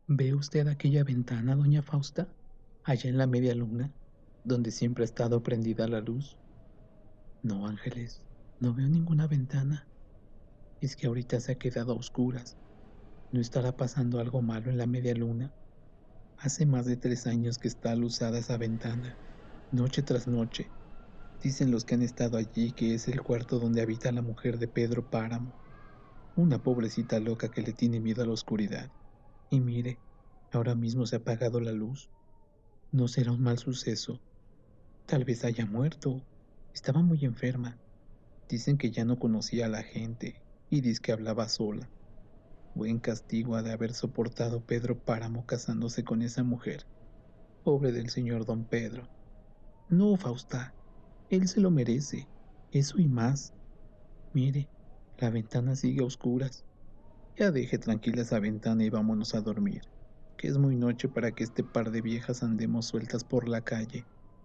¿Ve usted aquella ventana, doña Fausta? Allá en la media luna, donde siempre ha estado prendida la luz. No, Ángeles, no veo ninguna ventana. Es que ahorita se ha quedado a oscuras. ¿No estará pasando algo malo en la media luna? Hace más de 3 años que está alusada esa ventana, noche tras noche. Dicen los que han estado allí que es el cuarto donde habita la mujer de Pedro Páramo, una pobrecita loca que le tiene miedo a la oscuridad. Y mire, ahora mismo se ha apagado la luz. ¿No será un mal suceso? Tal vez haya muerto. Estaba muy enferma. Dicen que ya no conocía a la gente y dice que hablaba sola. Buen castigo ha de haber soportado Pedro Páramo casándose con esa mujer. Pobre del señor don Pedro. No, Fausta, él se lo merece. Eso y más. Mire, la ventana sigue a oscuras. Ya deje tranquila esa ventana y vámonos a dormir, que es muy noche para que este par de viejas andemos sueltas por la calle.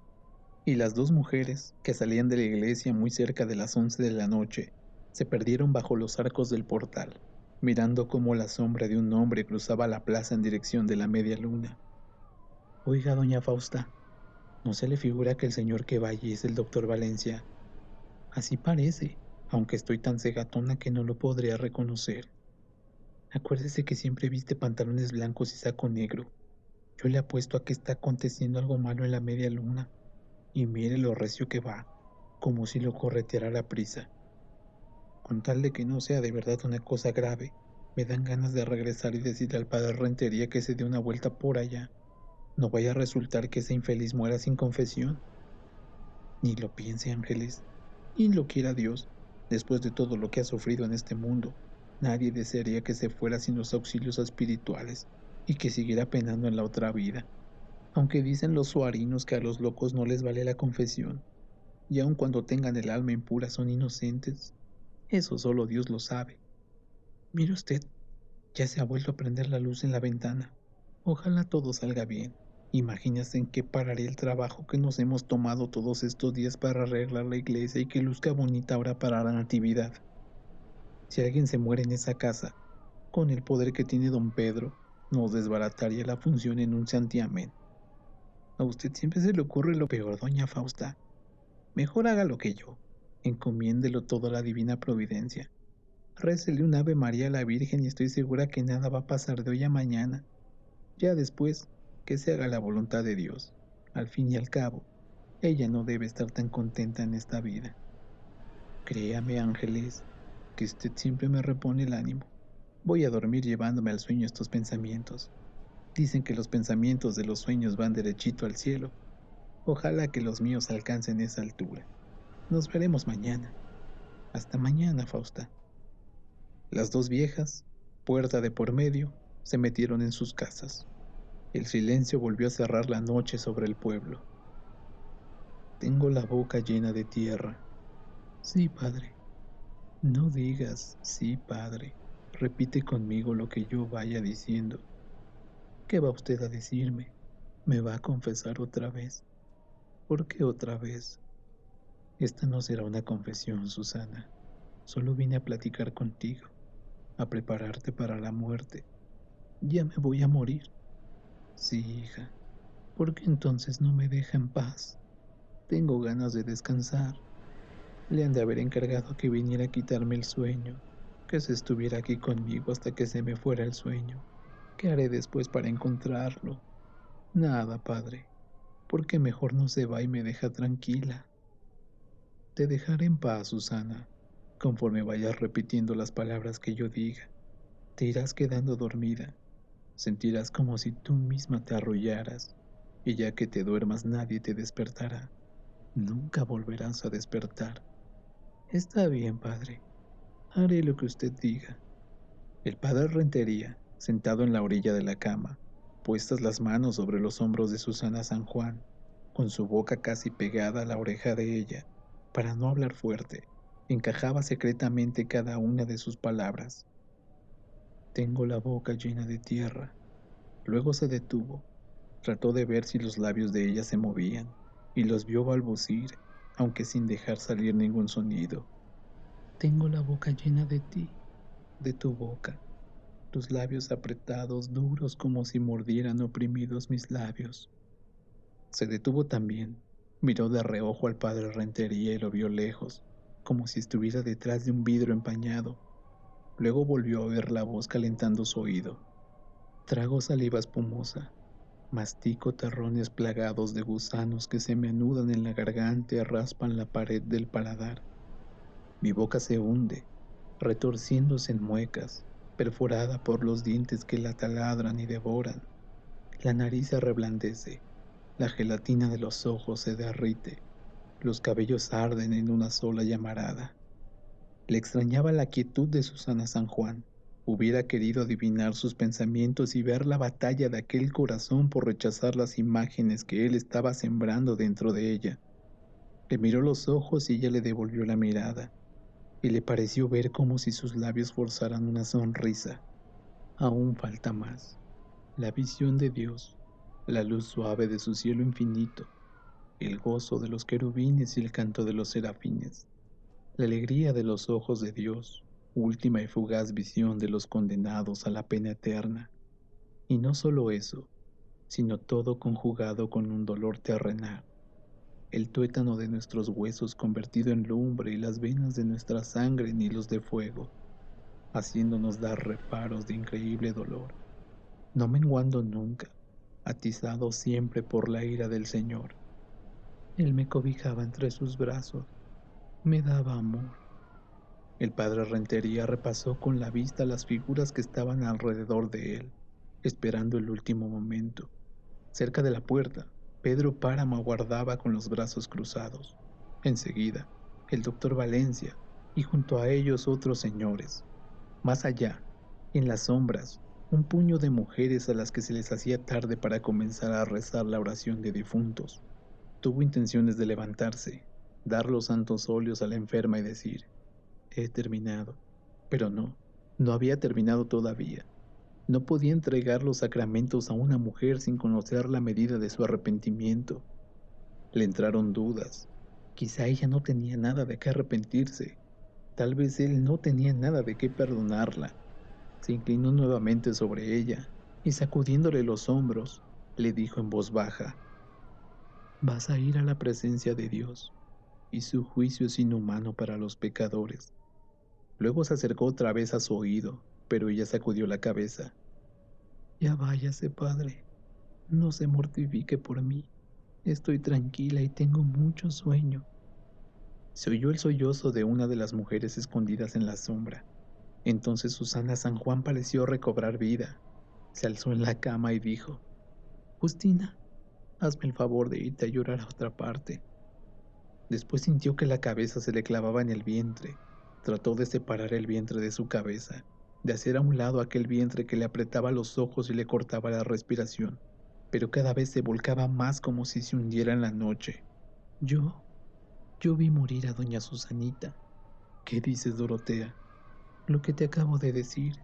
Y las dos mujeres, que salían de la iglesia muy cerca de las 11 de la noche, se perdieron bajo los arcos del portal, mirando cómo la sombra de un hombre cruzaba la plaza en dirección de la media luna. Oiga, doña Fausta, ¿no se le figura que el señor que va allí es el doctor Valencia? Así parece, aunque estoy tan cegatona que no lo podría reconocer. Acuérdese que siempre viste pantalones blancos y saco negro. Yo le apuesto a que está aconteciendo algo malo en la media luna. Y mire lo recio que va, como si lo correteara la prisa. Con tal de que no sea de verdad una cosa grave, me dan ganas de regresar y decirle al padre Rentería que se dé una vuelta por allá. No vaya a resultar que ese infeliz muera sin confesión. Ni lo piense, Ángeles. Y lo quiera Dios, después de todo lo que ha sufrido en este mundo. Nadie desearía que se fuera sin los auxilios espirituales y que siguiera penando en la otra vida. Aunque dicen los suarinos que a los locos no les vale la confesión, y aun cuando tengan el alma impura son inocentes. Eso solo Dios lo sabe. Mire usted, ya se ha vuelto a prender la luz en la ventana. Ojalá todo salga bien. Imagínese en qué pararé el trabajo que nos hemos tomado todos estos días para arreglar la iglesia y que luzca bonita ahora para la natividad. Si alguien se muere en esa casa, con el poder que tiene don Pedro, nos desbarataría la función en un santiamén. A usted siempre se le ocurre lo peor, doña Fausta. Mejor haga lo que yo. Encomiéndelo todo a la divina providencia. Récele un Ave María a la Virgen y estoy segura que nada va a pasar de hoy a mañana. Ya después, que se haga la voluntad de Dios. Al fin y al cabo, ella no debe estar tan contenta en esta vida. Créame, Ángeles, que usted siempre me repone el ánimo. Voy a dormir llevándome al sueño estos pensamientos. Dicen que los pensamientos de los sueños van derechito al cielo. Ojalá que los míos alcancen esa altura. Nos veremos mañana. Hasta mañana, Fausta. Las dos viejas, puerta de por medio, se metieron en sus casas. El silencio volvió a cerrar la noche sobre el pueblo. Tengo la boca llena de tierra. Sí, padre. No digas sí, padre. Repite conmigo lo que yo vaya diciendo. ¿Qué va usted a decirme? ¿Me va a confesar otra vez? ¿Por qué otra vez? Esta no será una confesión, Susana. Solo vine a platicar contigo, a prepararte para la muerte. Ya me voy a morir. Sí, hija. ¿Por qué entonces no me deja en paz? Tengo ganas de descansar. Le han de haber encargado que viniera a quitarme el sueño, que se estuviera aquí conmigo hasta que se me fuera el sueño. ¿Qué haré después para encontrarlo? Nada, padre. ¿Por qué mejor no se va y me deja tranquila? Te dejaré en paz, Susana. Conforme vayas repitiendo las palabras que yo diga, te irás quedando dormida. Sentirás como si tú misma te arrullaras, y ya que te duermas nadie te despertará. Nunca volverás a despertar. Está bien, padre. Haré lo que usted diga. El padre Rentería, sentado en la orilla de la cama, puestas las manos sobre los hombros de Susana San Juan, con su boca casi pegada a la oreja de ella, para no hablar fuerte, encajaba secretamente cada una de sus palabras. Tengo la boca llena de tierra. Luego se detuvo. Trató de ver si los labios de ella se movían, y los vio balbucir, aunque sin dejar salir ningún sonido. Tengo la boca llena de ti, de tu boca. los labios apretados, duros como si mordieran oprimidos mis labios. Se detuvo también, miró de reojo al padre Rentería y lo vio lejos, como si estuviera detrás de un vidrio empañado. Luego volvió a oír la voz calentando su oído. Trago saliva espumosa, mastico terrones plagados de gusanos que se me anudan en la garganta y raspan la pared del paladar. Mi boca se hunde, retorciéndose en muecas, perforada por los dientes que la taladran y devoran. La nariz se reblandece, la gelatina de los ojos se derrite, los cabellos arden en una sola llamarada. Le extrañaba la quietud de Susana San Juan. Hubiera querido adivinar sus pensamientos y ver la batalla de aquel corazón por rechazar las imágenes que él estaba sembrando dentro de ella. Le miró los ojos y ella le devolvió la mirada, y le pareció ver como si sus labios forzaran una sonrisa. Aún falta más. La visión de Dios, la luz suave de su cielo infinito, el gozo de los querubines y el canto de los serafines, la alegría de los ojos de Dios, última y fugaz visión de los condenados a la pena eterna. Y no solo eso, sino todo conjugado con un dolor terrenal, el tuétano de nuestros huesos convertido en lumbre y las venas de nuestra sangre en hilos de fuego, haciéndonos dar reparos de increíble dolor, no menguando nunca, atizado siempre por la ira del Señor. Él me cobijaba entre sus brazos, me daba amor. El padre Rentería repasó con la vista las figuras que estaban alrededor de él, esperando el último momento. Cerca de la puerta, Pedro Páramo aguardaba con los brazos cruzados. Enseguida, el doctor Valencia, y junto a ellos otros señores. Más allá, en las sombras, un puño de mujeres a las que se les hacía tarde para comenzar a rezar la oración de difuntos. Tuvo intenciones de levantarse, dar los santos óleos a la enferma y decir: he terminado. Pero no, no había terminado todavía. No podía entregar los sacramentos a una mujer sin conocer la medida de su arrepentimiento. Le entraron dudas. Quizá ella no tenía nada de qué arrepentirse. Tal vez él no tenía nada de qué perdonarla. Se inclinó nuevamente sobre ella y sacudiéndole los hombros, le dijo en voz baja: vas a ir a la presencia de Dios, y su juicio es inhumano para los pecadores. Luego se acercó otra vez a su oído, pero ella sacudió la cabeza. Ya váyase, padre, no se mortifique por mí. Estoy tranquila y tengo mucho sueño. Se oyó el sollozo de una de las mujeres escondidas en la sombra. Entonces Susana San Juan pareció recobrar vida. Se alzó en la cama y dijo: Justina, hazme el favor de irte a llorar a otra parte. Después sintió que la cabeza se le clavaba en el vientre. Trató de separar el vientre de su cabeza, de hacer a un lado aquel vientre que le apretaba los ojos y le cortaba la respiración, pero cada vez se volcaba más como si se hundiera en la noche. Yo, yo vi morir a doña Susanita. ¿Qué dices, Dorotea? Lo que te acabo de decir.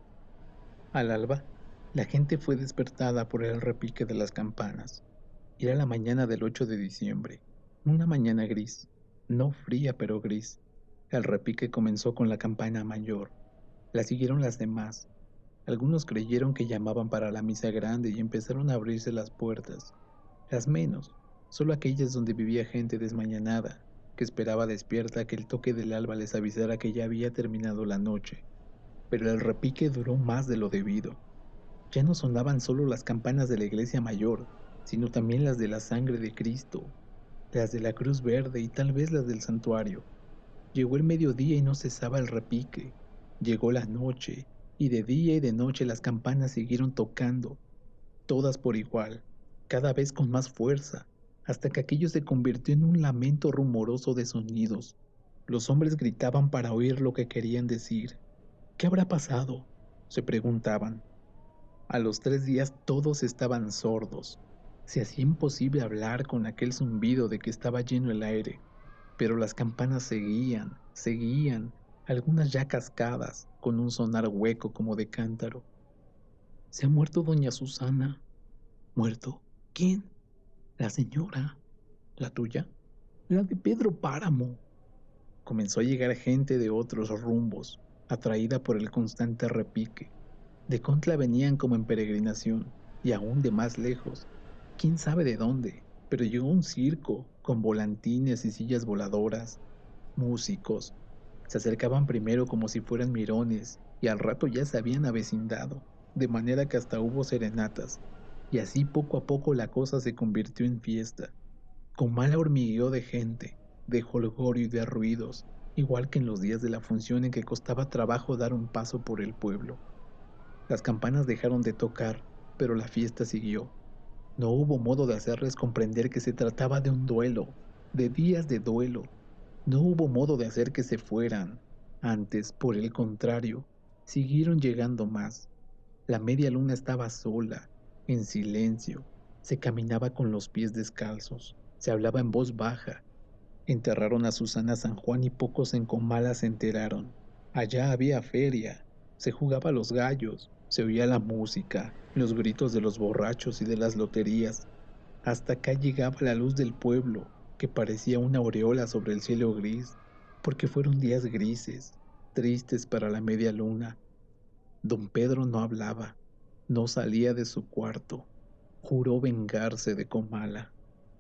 Al alba, la gente fue despertada por el repique de las campanas. Era la mañana del 8 de diciembre, una mañana gris, no fría pero gris. El repique comenzó con la campana mayor. La siguieron las demás. Algunos creyeron que llamaban para la misa grande y empezaron a abrirse las puertas. Las menos, solo aquellas donde vivía gente desmañanada, que esperaba despierta que el toque del alba les avisara que ya había terminado la noche. Pero el repique duró más de lo debido. Ya no sonaban solo las campanas de la iglesia mayor, sino también las de la sangre de Cristo, las de la cruz verde y tal vez las del santuario. Llegó el mediodía y no cesaba el repique. Llegó la noche, y de día y de noche las campanas siguieron tocando, todas por igual, cada vez con más fuerza, hasta que aquello se convirtió en un lamento rumoroso de sonidos. Los hombres gritaban para oír lo que querían decir. ¿Qué habrá pasado?, se preguntaban. A los 3 días todos estaban sordos. Se hacía imposible hablar con aquel zumbido de que estaba lleno el aire, pero las campanas seguían, seguían, algunas ya cascadas, con un sonar hueco como de cántaro. Se ha muerto doña Susana. ¿Muerto? ¿Quién? La señora. ¿La tuya? La de Pedro Páramo. Comenzó a llegar gente de otros rumbos, atraída por el constante repique. De Contla venían como en peregrinación, y aún de más lejos. Quién sabe de dónde, pero llegó un circo, con volantines y sillas voladoras, músicos. Se acercaban primero como si fueran mirones, y al rato ya se habían avecindado, de manera que hasta hubo serenatas, y así poco a poco la cosa se convirtió en fiesta, con mal hormigueo de gente, de jolgorio y de ruidos, igual que en los días de la función en que costaba trabajo dar un paso por el pueblo. Las campanas dejaron de tocar, pero la fiesta siguió. No hubo modo de hacerles comprender que se trataba de un duelo, de días de duelo. No hubo modo de hacer que se fueran. Antes, por el contrario, siguieron llegando más. La media luna estaba sola, en silencio. Se caminaba con los pies descalzos. Se hablaba en voz baja. Enterraron a Susana San Juan y pocos en Comala se enteraron. Allá había feria, se jugaba a los gallos, se oía la música, los gritos de los borrachos y de las loterías. Hasta acá llegaba la luz del pueblo, que parecía una aureola sobre el cielo gris, porque fueron días grises, tristes para la media luna. Don Pedro no hablaba, no salía de su cuarto, juró vengarse de Comala.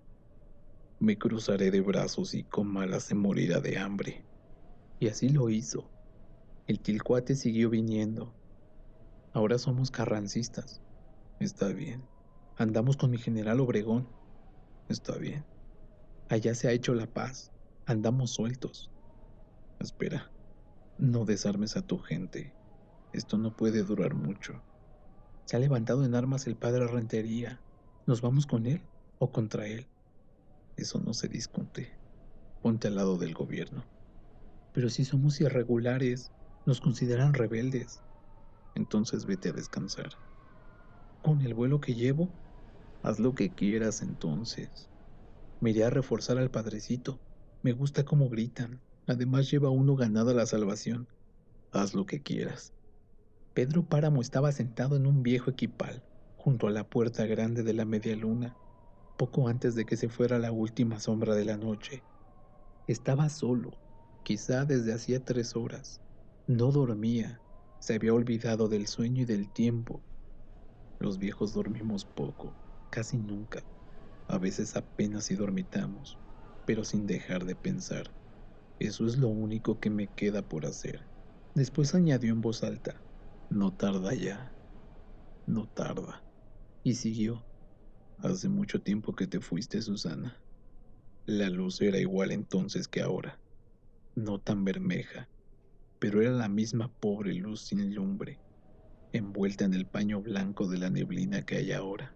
Me cruzaré de brazos y Comala se morirá de hambre. Y así lo hizo. El Tilcuate siguió viniendo. Ahora somos carrancistas. Está bien. Andamos con mi general Obregón. Está bien. Allá se ha hecho la paz. Andamos sueltos. Espera, no desarmes a tu gente. Esto no puede durar mucho. Se ha levantado en armas el padre Rentería. ¿Nos vamos con él o contra él? Eso no se discute. Ponte al lado del gobierno. Pero si somos irregulares, nos consideran rebeldes. Entonces vete a descansar. ¿Con el vuelo que llevo? Haz lo que quieras entonces. Me iré a reforzar al padrecito. Me gusta cómo gritan. Además lleva uno ganada la salvación. Haz lo que quieras. Pedro Páramo estaba sentado en un viejo equipal, junto a la puerta grande de la media luna, poco antes de que se fuera la última sombra de la noche. Estaba solo, quizá desde hacía 3 horas. No dormía, se había olvidado del sueño y del tiempo. Los viejos dormimos poco, casi nunca. A veces apenas si dormitamos, pero sin dejar de pensar. Eso es lo único que me queda por hacer. Después añadió en voz alta, no tarda ya, no tarda. Y siguió, hace mucho tiempo que te fuiste, Susana. La luz era igual entonces que ahora, no tan bermeja, pero era la misma pobre luz sin lumbre, envuelta en el paño blanco de la neblina que hay ahora.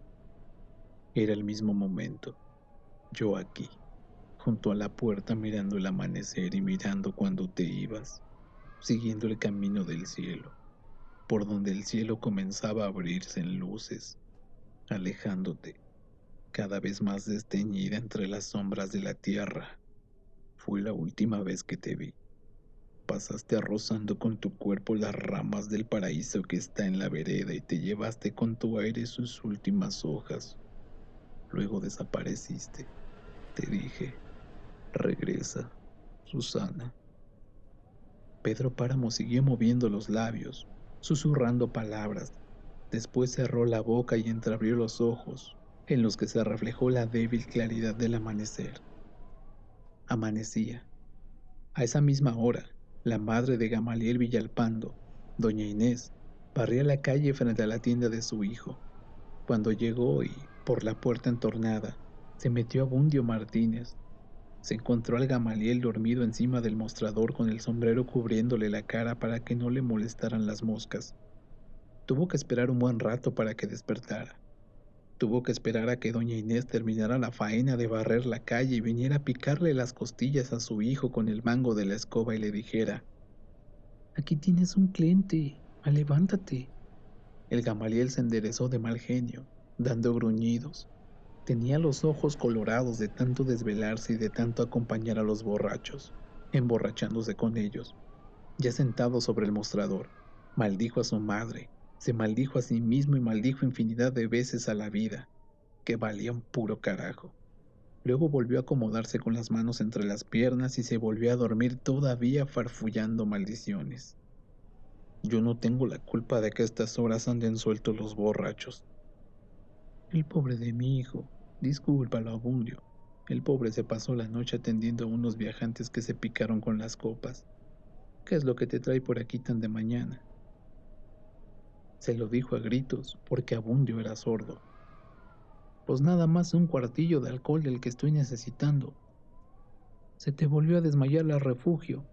Era el mismo momento, yo aquí, junto a la puerta mirando el amanecer y mirando cuando te ibas, siguiendo el camino del cielo, por donde el cielo comenzaba a abrirse en luces, alejándote, cada vez más desteñida entre las sombras de la tierra. Fue la última vez que te vi. Pasaste rozando con tu cuerpo las ramas del paraíso que está en la vereda y te llevaste con tu aire sus últimas hojas. Luego desapareciste. Te dije, regresa, Susana. Pedro Páramo siguió moviendo los labios, susurrando palabras. Después cerró la boca y entreabrió los ojos, en los que se reflejó la débil claridad del amanecer. Amanecía. A esa misma hora, la madre de Gamaliel Villalpando, doña Inés, barría la calle frente a la tienda de su hijo. Cuando llegó y, por la puerta entornada, se metió a Bundio Martínez, se encontró al Gamaliel dormido encima del mostrador con el sombrero cubriéndole la cara para que no le molestaran las moscas. Tuvo que esperar un buen rato para que despertara. Tuvo que esperar a que doña Inés terminara la faena de barrer la calle y viniera a picarle las costillas a su hijo con el mango de la escoba y le dijera, aquí tienes un cliente, levántate. El Gamaliel se enderezó de mal genio, dando gruñidos. Tenía los ojos colorados de tanto desvelarse y de tanto acompañar a los borrachos, emborrachándose con ellos. Ya sentado sobre el mostrador, maldijo a su madre, se maldijo a sí mismo y maldijo infinidad de veces a la vida, que valía un puro carajo. Luego volvió a acomodarse con las manos entre las piernas y se volvió a dormir todavía farfullando maldiciones. Yo no tengo la culpa de que a estas horas anden sueltos los borrachos. El pobre de mi hijo, discúlpalo, Abundio. El pobre se pasó la noche atendiendo a unos viajantes que se picaron con las copas. ¿Qué es lo que te trae por aquí tan de mañana? Se lo dijo a gritos, porque Abundio era sordo. Pues nada más un cuartillo de alcohol del que estoy necesitando. Se te volvió a desmayar la refugio.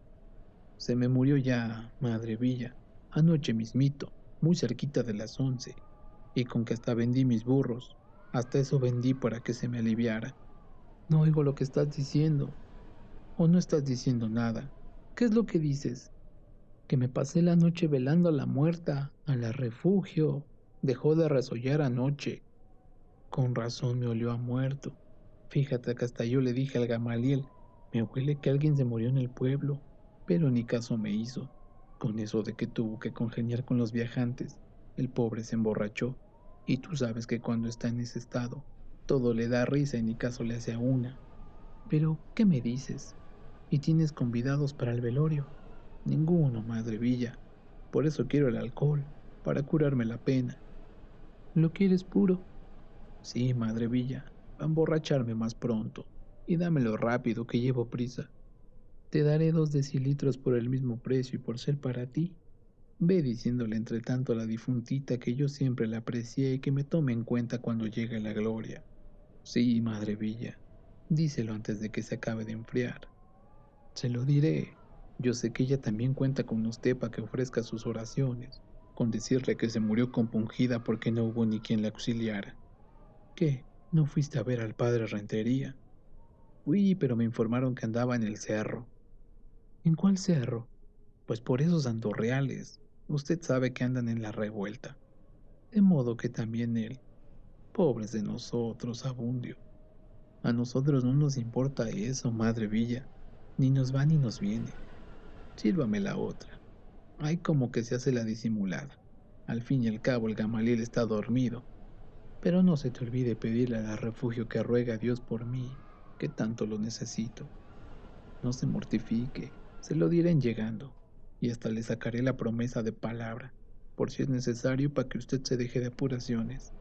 Se me murió ya, madre Villa, anoche mismito, muy cerquita de las 11, y con que hasta vendí mis burros. Hasta eso vendí para que se me aliviara. No oigo lo que estás diciendo, o no estás diciendo nada. ¿Qué es lo que dices? Que me pasé la noche velando a la muerta, a la refugio. Dejó de resollar anoche. Con razón me olió a muerto. Fíjate que hasta yo le dije al Gamaliel, me huele que alguien se murió en el pueblo, pero ni caso me hizo. Con eso de que tuvo que congeniar con los viajantes, el pobre se emborrachó, y tú sabes que cuando está en ese estado, todo le da risa y ni caso le hace a una. Pero, ¿qué me dices? ¿Y tienes convidados para el velorio? Ninguno, madre Villa. Por eso quiero el alcohol, para curarme la pena. ¿Lo quieres puro? Sí, madre Villa, va a emborracharme más pronto. Y dámelo rápido, que llevo prisa. Te daré 2 decilitros por el mismo precio y por ser para ti. Ve diciéndole entre tanto a la difuntita que yo siempre la aprecié y que me tome en cuenta cuando llegue la gloria. Sí, madre Villa, díselo antes de que se acabe de enfriar. Se lo diré. Yo sé que ella también cuenta con usted para que ofrezca sus oraciones, con decirle que se murió compungida porque no hubo ni quien la auxiliara. ¿Qué? ¿No fuiste a ver al padre Rentería? Fui, pero me informaron que andaba en el cerro. ¿En cuál cerro? Pues por esos andorreales. Usted sabe que andan en la revuelta. De modo que también él. Pobres de nosotros, Abundio. A nosotros no nos importa eso, madre Villa. Ni nos va ni nos viene. Sírvame la otra. Ay, como que se hace la disimulada. Al fin y al cabo el Gamaliel está dormido. Pero no se te olvide pedirle al refugio que ruega a Dios por mí, que tanto lo necesito. No se mortifique, se lo diré en llegando, y hasta le sacaré la promesa de palabra, por si es necesario para que usted se deje de apuraciones.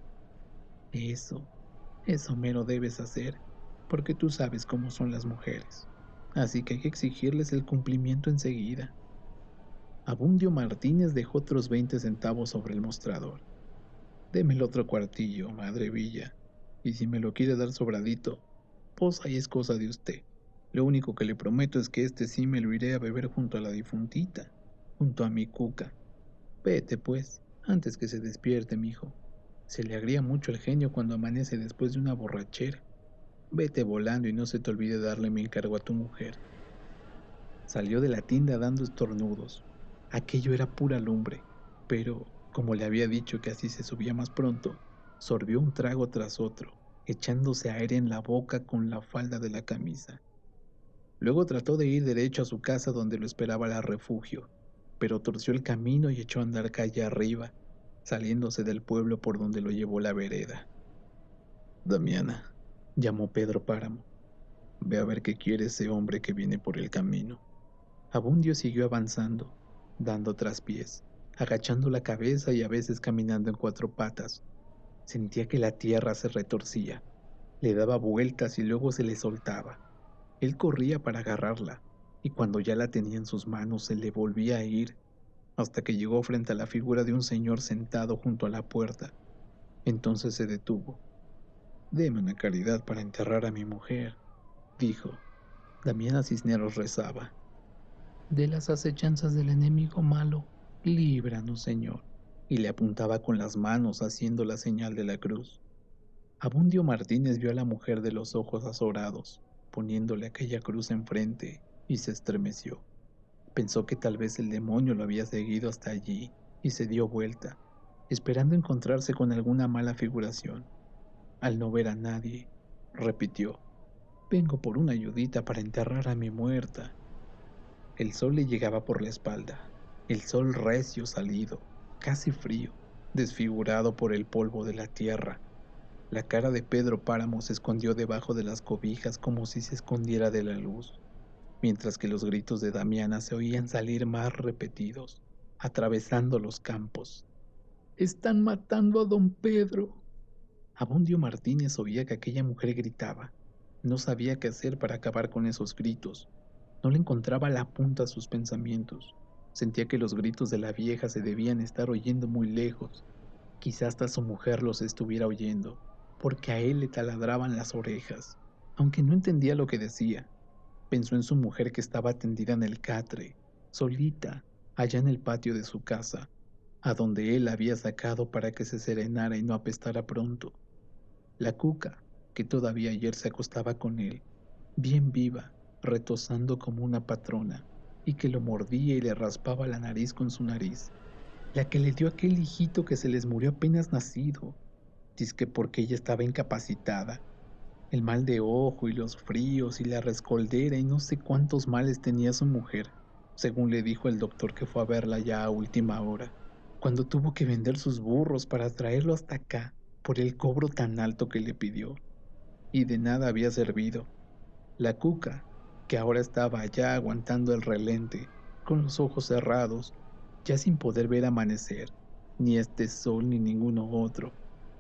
Eso, eso mero debes hacer, porque tú sabes cómo son las mujeres. Así que hay que exigirles el cumplimiento enseguida. Abundio Martínez dejó otros 20 centavos sobre el mostrador. Deme el otro cuartillo, madre Villa, y si me lo quiere dar sobradito, pues ahí es cosa de usted. Lo único que le prometo es que este sí me lo iré a beber junto a la difuntita, junto a mi cuca. Vete, pues, antes que se despierte, mijo. Se le agría mucho el genio cuando amanece después de una borrachera. Vete volando y no se te olvide darle mi encargo a tu mujer. Salió de la tienda dando estornudos. Aquello era pura lumbre, pero, como le había dicho que así se subía más pronto, sorbió un trago tras otro, echándose aire en la boca con la falda de la camisa. Luego trató de ir derecho a su casa donde lo esperaba el refugio, pero torció el camino y echó a andar calle arriba, saliéndose del pueblo por donde lo llevó la vereda. Damiana, llamó Pedro Páramo, ve a ver qué quiere ese hombre que viene por el camino. Abundio siguió avanzando, dando traspiés, agachando la cabeza y a veces caminando en 4 patas. Sentía que la tierra se retorcía, le daba vueltas y luego se le soltaba. Él corría para agarrarla, y cuando ya la tenía en sus manos se le volvía a ir, hasta que llegó frente a la figura de un señor sentado junto a la puerta. Entonces se detuvo. Deme una caridad para enterrar a mi mujer, dijo. Damiana Cisneros rezaba. De las acechanzas del enemigo malo, líbranos, Señor. Y le apuntaba con las manos haciendo la señal de la cruz. Abundio Martínez vio a la mujer de los ojos azorados, poniéndole aquella cruz enfrente, y se estremeció. Pensó que tal vez el demonio lo había seguido hasta allí, y se dio vuelta, esperando encontrarse con alguna mala figuración. Al no ver a nadie, repitió, vengo por una ayudita para enterrar a mi muerta. El sol le llegaba por la espalda, el sol recio salido, casi frío, desfigurado por el polvo de la tierra. La cara de Pedro Páramo se escondió debajo de las cobijas como si se escondiera de la luz, mientras que los gritos de Damiana se oían salir más repetidos. atravesando los campos. ¡Están matando a don Pedro! Abundio Martínez oía que aquella mujer gritaba. No sabía qué hacer para acabar con esos gritos. No le encontraba la punta a sus pensamientos. Sentía que los gritos de la vieja se debían estar oyendo muy lejos. Quizás hasta su mujer los estuviera oyendo, porque a él le taladraban las orejas. Aunque no entendía lo que decía, pensó en su mujer que estaba tendida en el catre, solita, allá en el patio de su casa, a donde él la había sacado para que se serenara y no apestara pronto. La cuca, que todavía ayer se acostaba con él, bien viva, retozando como una patrona, y que lo mordía y le raspaba la nariz con su nariz. La que le dio aquel hijito que se les murió apenas nacido, dizque porque ella estaba incapacitada. El mal de ojo y los fríos y la rescoldera y no sé cuántos males tenía su mujer, según le dijo el doctor que fue a verla ya a última hora, cuando tuvo que vender sus burros para traerlo hasta acá por el cobro tan alto que le pidió. Y de nada había servido. La cuca, que ahora estaba allá aguantando el relente, con los ojos cerrados, ya sin poder ver amanecer, ni este sol ni ninguno otro.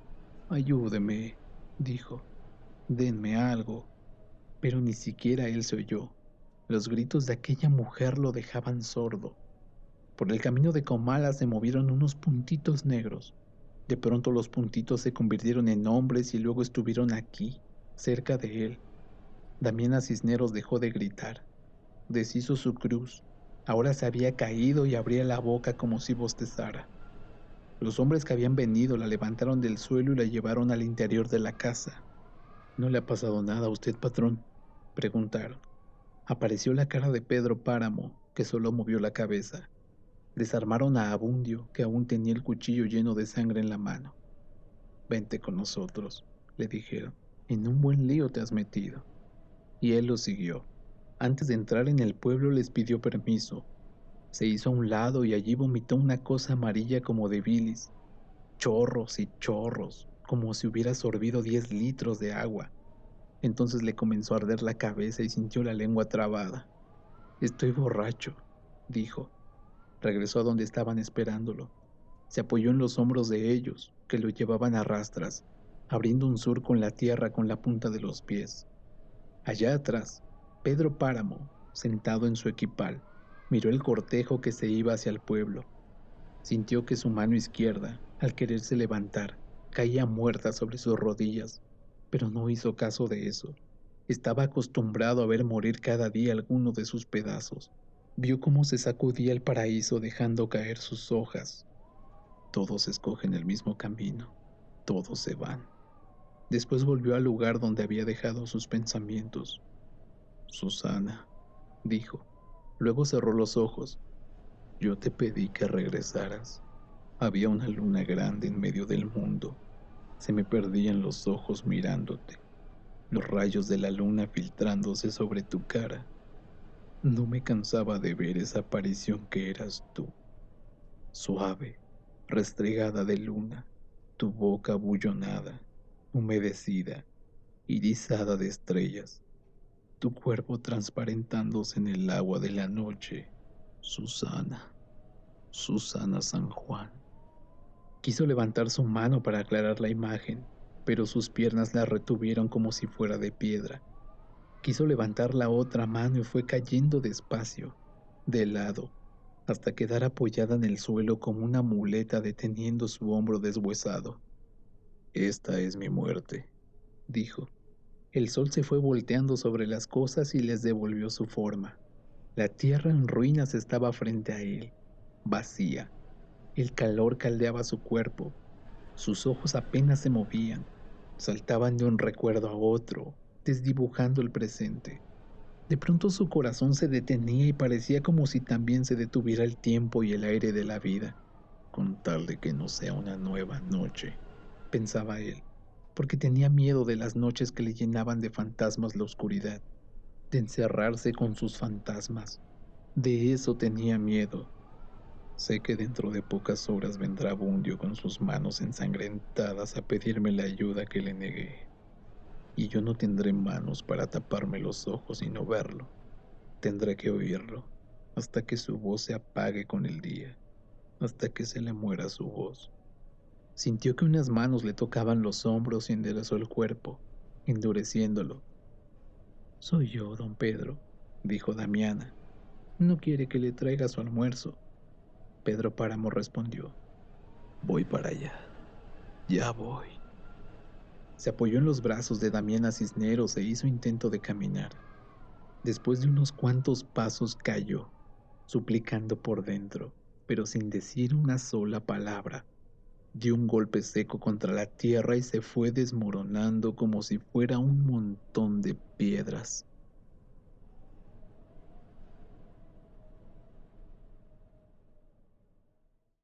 Ayúdeme, dijo, denme algo. Pero ni siquiera él se oyó. Los gritos de aquella mujer lo dejaban sordo. Por el camino de Comala se movieron unos puntitos negros. De pronto los puntitos se convirtieron en hombres y luego estuvieron aquí, cerca de él. Damiana Cisneros dejó de gritar. Deshizo su cruz. Ahora se había caído y abría la boca como si bostezara. Los hombres que habían venido la levantaron del suelo y la llevaron al interior de la casa. ¿No le ha pasado nada a usted, patrón?, preguntaron. Apareció la cara de Pedro Páramo, que solo movió la cabeza. Desarmaron a Abundio, que aún tenía el cuchillo lleno de sangre en la mano. Vente con nosotros, le dijeron. En un buen lío te has metido. Y él lo siguió. Antes de entrar en el pueblo les pidió permiso. Se hizo a un lado y allí vomitó una cosa amarilla como de bilis. Chorros y chorros, como si hubiera sorbido 10 litros de agua. Entonces le comenzó a arder la cabeza y sintió la lengua trabada. Estoy borracho, dijo. Regresó a donde estaban esperándolo. Se apoyó en los hombros de ellos, que lo llevaban a rastras, abriendo un surco en la tierra con la punta de los pies. Allá atrás, Pedro Páramo, sentado en su equipal, miró el cortejo que se iba hacia el pueblo. Sintió que su mano izquierda, al quererse levantar, caía muerta sobre sus rodillas, pero no hizo caso de eso. Estaba acostumbrado a ver morir cada día alguno de sus pedazos. Vio cómo se sacudía el paraíso dejando caer sus hojas. Todos escogen el mismo camino, todos se van. Después volvió al lugar donde había dejado sus pensamientos. Susana, dijo. Luego cerró los ojos. Yo te pedí que regresaras. Había una luna grande en medio del mundo. Se me perdían los ojos mirándote, los rayos de la luna filtrándose sobre tu cara. No me cansaba de ver esa aparición que eras tú, suave, restregada de luna, tu boca abullonada, humedecida, irisada de estrellas, tu cuerpo transparentándose en el agua de la noche. Susana, Susana San Juan. Quiso levantar su mano para aclarar la imagen, pero sus piernas la retuvieron como si fuera de piedra. Quiso levantar la otra mano y fue cayendo despacio, de lado, hasta quedar apoyada en el suelo como una muleta deteniendo su hombro deshuesado. Esta es mi muerte, dijo. El sol se fue volteando sobre las cosas y les devolvió su forma. La tierra en ruinas estaba frente a él, vacía. El calor caldeaba su cuerpo. Sus ojos apenas se movían. Saltaban de un recuerdo a otro, desdibujando el presente. De pronto su corazón se detenía y parecía como si también se detuviera el tiempo y el aire de la vida, con tal de que no sea una nueva noche, pensaba él, porque tenía miedo de las noches que le llenaban de fantasmas la oscuridad, de encerrarse con sus fantasmas. De eso tenía miedo. Sé que dentro de pocas horas vendrá Bundio con sus manos ensangrentadas a pedirme la ayuda que le negué, y yo no tendré manos para taparme los ojos y no verlo. Tendré que oírlo hasta que su voz se apague con el día. hasta que se le muera su voz. Sintió que unas manos le tocaban los hombros y enderezó el cuerpo, endureciéndolo. Soy yo, don Pedro, dijo Damiana. No quiere que le traiga su almuerzo. Pedro Páramo respondió. Voy para allá. Ya voy. Se apoyó en los brazos de Damiana Cisneros e hizo intento de caminar. Después de unos cuantos pasos cayó, suplicando por dentro, pero sin decir una sola palabra. Dio un golpe seco contra la tierra y se fue desmoronando como si fuera un montón de piedras.